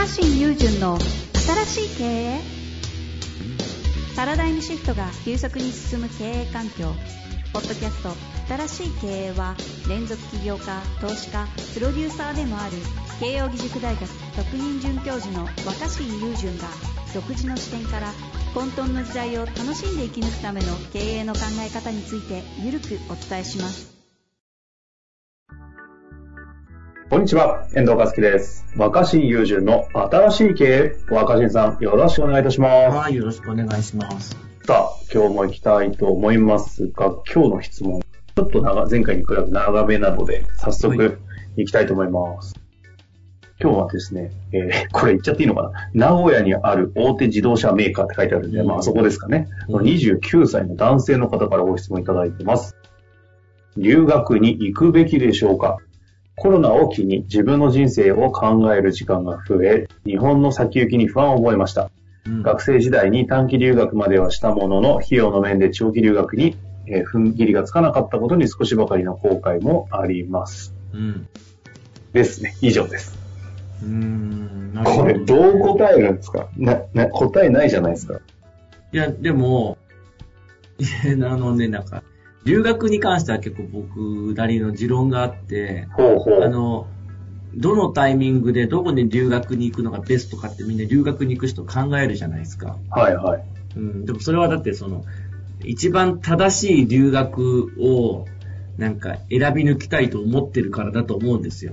新雄純の新しい経営。パラダイムシフトが急速に進む経営環境。ポッドキャスト新しい経営は、連続起業家、投資家、プロデューサーでもある慶應義塾大学特任准教授の若新雄純が、独自の視点から混沌の時代を楽しんで生き抜くための経営の考え方についてゆるくお伝えします。 こんにちは、遠藤和樹です。若新雄純の新しい経営。若新さん、よろしくお願いいたします。 はい、よろしくお願いします。 さあ、今日も行きたいと思いますが、今日の質問、ちょっと前回に比べ長めなので、早速行きたいと思います。今日はですね、これ言っちゃっていいのかな。名古屋にある大手自動車メーカーって書いてあるんで、あそこですかね。29歳の男性の方からご質問いただいてます。留学に行くべきでしょうか。コロナを機に自分の人生を考える時間が増え、日本の先行きに不安を覚えました。学生時代に短期留学まではしたものの、費用の面で長期留学に踏ん切りがつかなかったことに少しばかりの後悔もあります。ですね。以上です。これどう答えるんですか？答えないじゃないですか。 いや、でも、なんか、留学に関しては結構僕なりの持論があって、どのタイミングでどこに留学に行くのがベストかってみんな留学に行く人考えるじゃないですか。 はいはい。 でもそれはだって一番正しい留学をなんか選び抜きたいと思ってるからだと思うんですよ。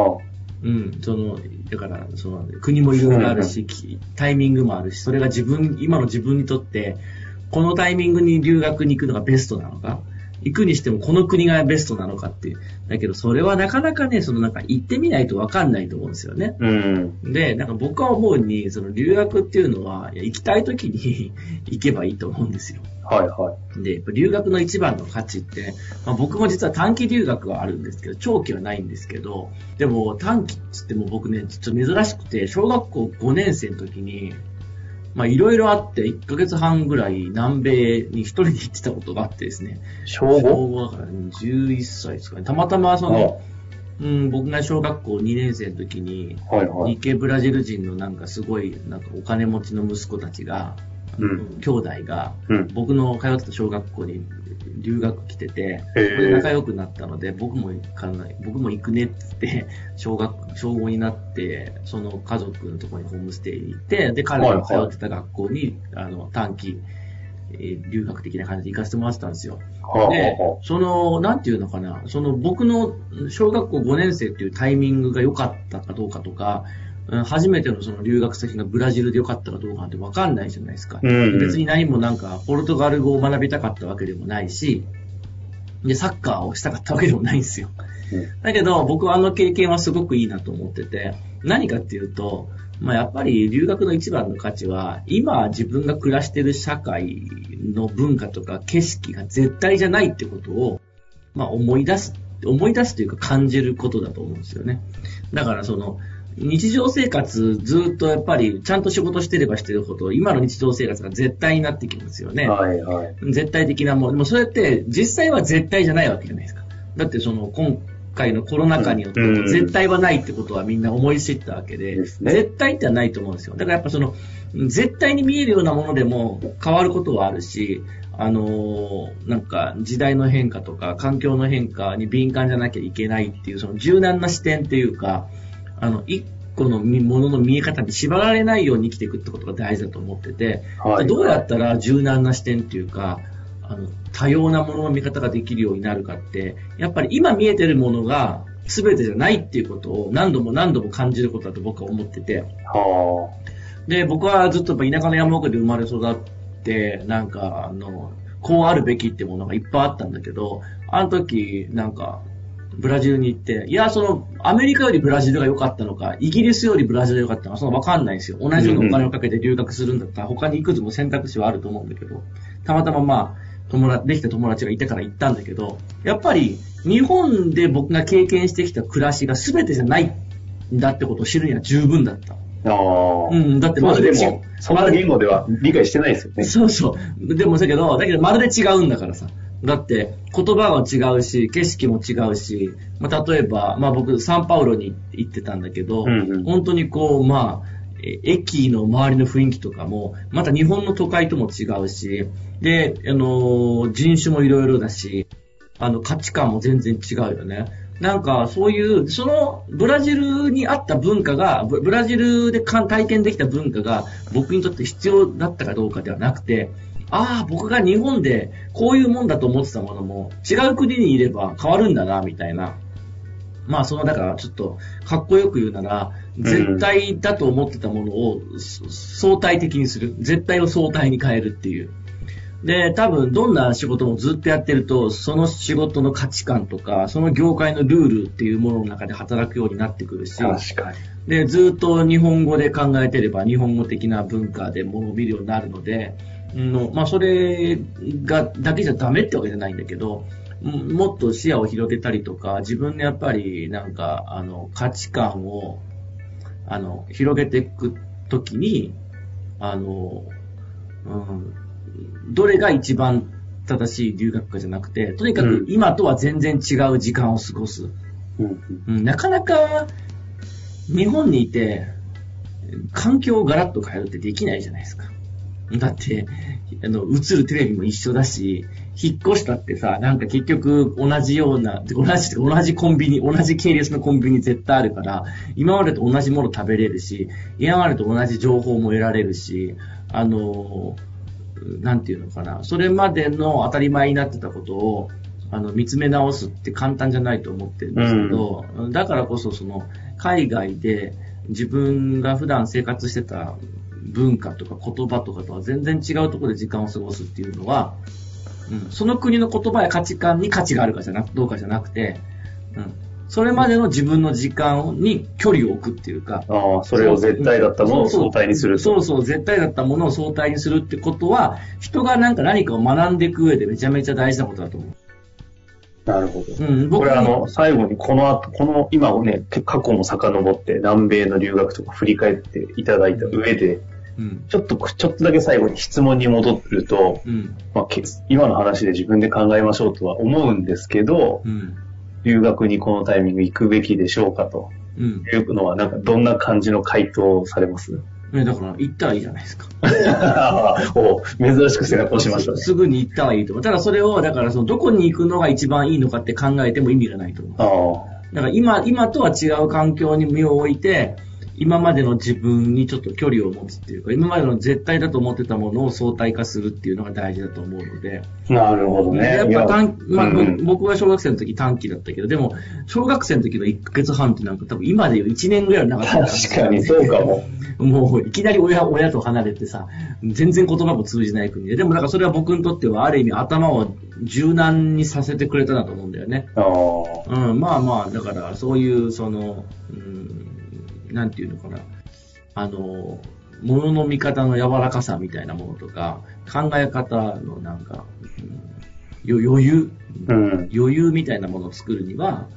だから国もいろいろあるし、タイミングもあるし、それが今の自分にとってこのタイミングに留学に行くのがベストなのか、行くにしてもこの国がベストなのかっていう。だけどそれはなかなかね、なんか行ってみないと分かんないと思うんですよね。で、なんか僕は思うに、留学っていうのは、行きたい時に行けばいいと思うんですよ。 はいはい。 で、留学の一番の価値って、僕も実は短期留学はあるんですけど、長期はないんですけど、でも短期って言っても僕ね、ちょっと珍しくて、小学校5年生の時に、いろいろあって1ヶ月半ぐらい南米に一人で行ってたことがあってですね。 小 5？ だから、11歳ですかね。たまたま僕が小学校2年生の時に、日系ブラジル人のなんかすごいなんかお金持ちの息子たちが、兄弟が、僕の通ってた小学校に留学来てて、で仲良くなったので、僕も行くねって言って、小5になって、その家族のところにホームステイに行って、で、彼が通ってた学校に、短期、留学的な感じで行かせてもらってたんですよ。で、なんていうのかな、僕の小学校5年生っていうタイミングが良かったかどうかとか、初めての留学先がブラジルで良かったかどうかなんて分かんないじゃないですか。別に何もなんか、ポルトガル語を学びたかったわけでもないし、で、サッカーをしたかったわけでもないんですよ。だけど、僕はあの経験はすごくいいなと思ってて、何かっていうと、やっぱり留学の一番の価値は、今自分が暮らしている社会の文化とか景色が絶対じゃないってことを、思い出すというか感じることだと思うんですよね。だから日常生活ずっとやっぱりちゃんと仕事してればしてるほど今の日常生活が絶対になってきますよね。 はいはい。 絶対的なもの。でもそれって実際は絶対じゃないわけじゃないですか。だって今回のコロナ禍によって絶対はないってことはみんな思い知ったわけで、絶対ってはないと思うんですよ。だからやっぱ絶対に見えるようなものでも変わることはあるし、なんか時代の変化とか環境の変化に敏感じゃなきゃいけないっていう柔軟な視点っていうか、一個のものの見え方に縛られないように生きていくってことが大事だと思ってて、どうやったら柔軟な視点っていうか、多様なものの見方ができるようになるかって、やっぱり今見えてるものが全てじゃないっていうことを何度も何度も感じることだと僕は思ってて。で、僕はずっと田舎の山奥で生まれ育って、なんかこうあるべきってものがいっぱいあったんだけど、あの時なんか、ブラジルに行って、いや、アメリカよりブラジルが良かったのか、イギリスよりブラジルが良かったのか、わかんないんですよ。同じようなお金をかけて留学するんだったら、他にいくつも選択肢はあると思うんだけど、たまたまできた友達がいてから行ったんだけど、やっぱり、日本で僕が経験してきた暮らしが全てじゃないんだってことを知るには十分だった。だってまるでそんな言語では理解してないですよね。 そうそう。でもだけどまるで違うんだからさ。だって言葉は違うし、景色も違うし、例えば、僕サンパウロに行ってたんだけど、本当に駅の周りの雰囲気とかも、また日本の都会とも違うし、で、人種もいろいろだし、価値観も全然違うよね。なんか、そういう、その、ブラジルにあった文化が、ブラジルで体験できた文化が、僕にとって必要だったかどうかではなくて、僕が日本でこういうもんだと思ってたものも、違う国にいれば変わるんだな、みたいな。だから、ちょっと、かっこよく言うなら、絶対だと思ってたものを相対的にする。絶対を相対に変えるっていう。で、多分どんな仕事もずっとやってると、その仕事の価値観とか、その業界のルールっていうものの中で働くようになってくるし、 確かに。 で、ずっと日本語で考えてれば、日本語的な文化でものを見るようになるので、それだけじゃダメってわけじゃないんだけど、もっと視野を広げたりとか、自分でやっぱり価値観を広げていくときに、どれが一番正しい留学かじゃなくて、とにかく今とは全然違う時間を過ごす。なかなか日本にいて環境をガラッと変えるってできないじゃないですか。だって映るテレビも一緒だし、引っ越したってさ、なんか結局同じコンビニ、同じ系列のコンビニ絶対あるから、今までと同じもの食べれるし、今までと同じ情報も得られるし、なんていうのかな、それまでの当たり前になってたことを見つめ直すって簡単じゃないと思ってるんですけど、だからこそ海外で自分が普段生活してた文化とか言葉とかとは全然違うところで時間を過ごすっていうのは、その国の言葉や価値観に価値があるかどうかじゃなくて、それまでの自分の時間に距離を置くっていうか、 それを絶対だったものを相対にする。 そう、絶対だったものを相対にするってことは、人が何かを学んでいく上でめちゃめちゃ大事なことだと思う。 なるほど。これ最後にこの今をね、過去も遡って南米の留学とか振り返っていただいた上で、ちょっとだけ最後に質問に戻ると、今の話で自分で考えましょうとは思うんですけど、留学にこのタイミング行くべきでしょうかというのは、なんかどんな感じの回答をされます？ だから行ったらいいじゃないですか。 珍しく背中を押しましたね。 すぐに行ったらいいと思う。ただそれを、どこに行くのが一番いいのかって考えても意味がないと思う。だから今とは違う環境に身を置いて、今までの自分にちょっと距離を持つっていうか、今までの絶対だと思ってたものを相対化するっていうのが大事だと思うので。 なるほどね。 やっぱ僕は小学生の時短期だったけど、でも、小学生の時の1ヶ月半ってなんか多分今で1年ぐらい長かった。 確かにそうかも。 もういきなり親と離れてさ、全然言葉も通じない国で。でもなんかそれは僕にとってはある意味頭を柔軟にさせてくれたなと思うんだよね。だからそういうなんていうのかな。物の見方の柔らかさみたいなものとか、考え方のなんか、余裕みたいなものを作るには、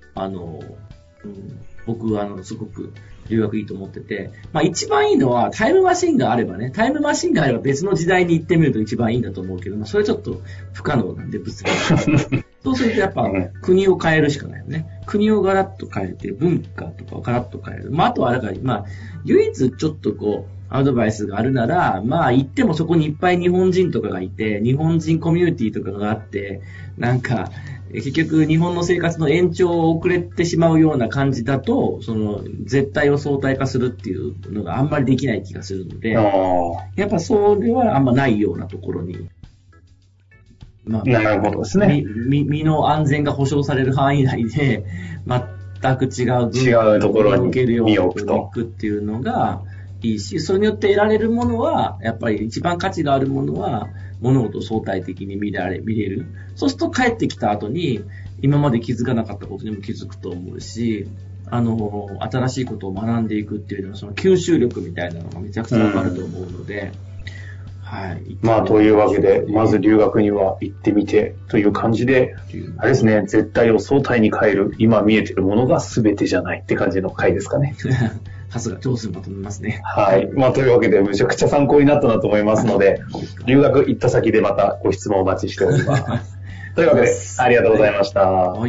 僕はすごく留学いいと思ってて、一番いいのはタイムマシンがあれば別の時代に行ってみると一番いいんだと思うけど、それちょっと不可能なんで、物理的に。そうするとやっぱ国を変えるしかないよね。国をガラッと変えて、文化とかをガラッと変える。あとはだから唯一ちょっとアドバイスがあるなら、行ってもそこにいっぱい日本人とかがいて、日本人コミュニティとかがあって、なんか、結局日本の生活の延長を遅れてしまうような感じだと、絶対を相対化するっていうのがあんまりできない気がするので、やっぱそれはあんまないようなところに、 なるほどですね。 身の安全が保障される範囲内で、全く違うところに受けるように行くっていうのがいいし、それによって得られるものは、やっぱり一番価値があるものは、物事を相対的に見れる。そうすると帰ってきた後に、今まで気づかなかったことにも気づくと思うし、新しいことを学んでいくっていうのは、その吸収力みたいなのがめちゃくちゃ上がると思うので、はい。 というわけで、まず留学には行ってみてという感じで、あれですね、絶対を相対に変える、今見えているものが全てじゃないって感じの回ですかね。 さすが上手にまとめますね。 はい。というわけで、むちゃくちゃ参考になったなと思いますので、留学行った先でまたご質問お待ちしております。というわけで、ありがとうございました。はい。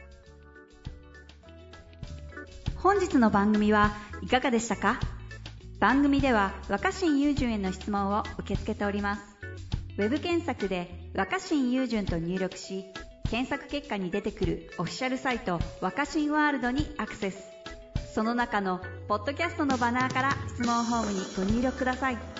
本日の番組はいかがでしたか？ 番組では若新雄純への質問を受け付けております。ウェブ検索で若新雄純と入力し、検索結果に出てくるオフィシャルサイト若新ワールドにアクセス。その中のポッドキャストのバナーから質問フォームにご入力ください。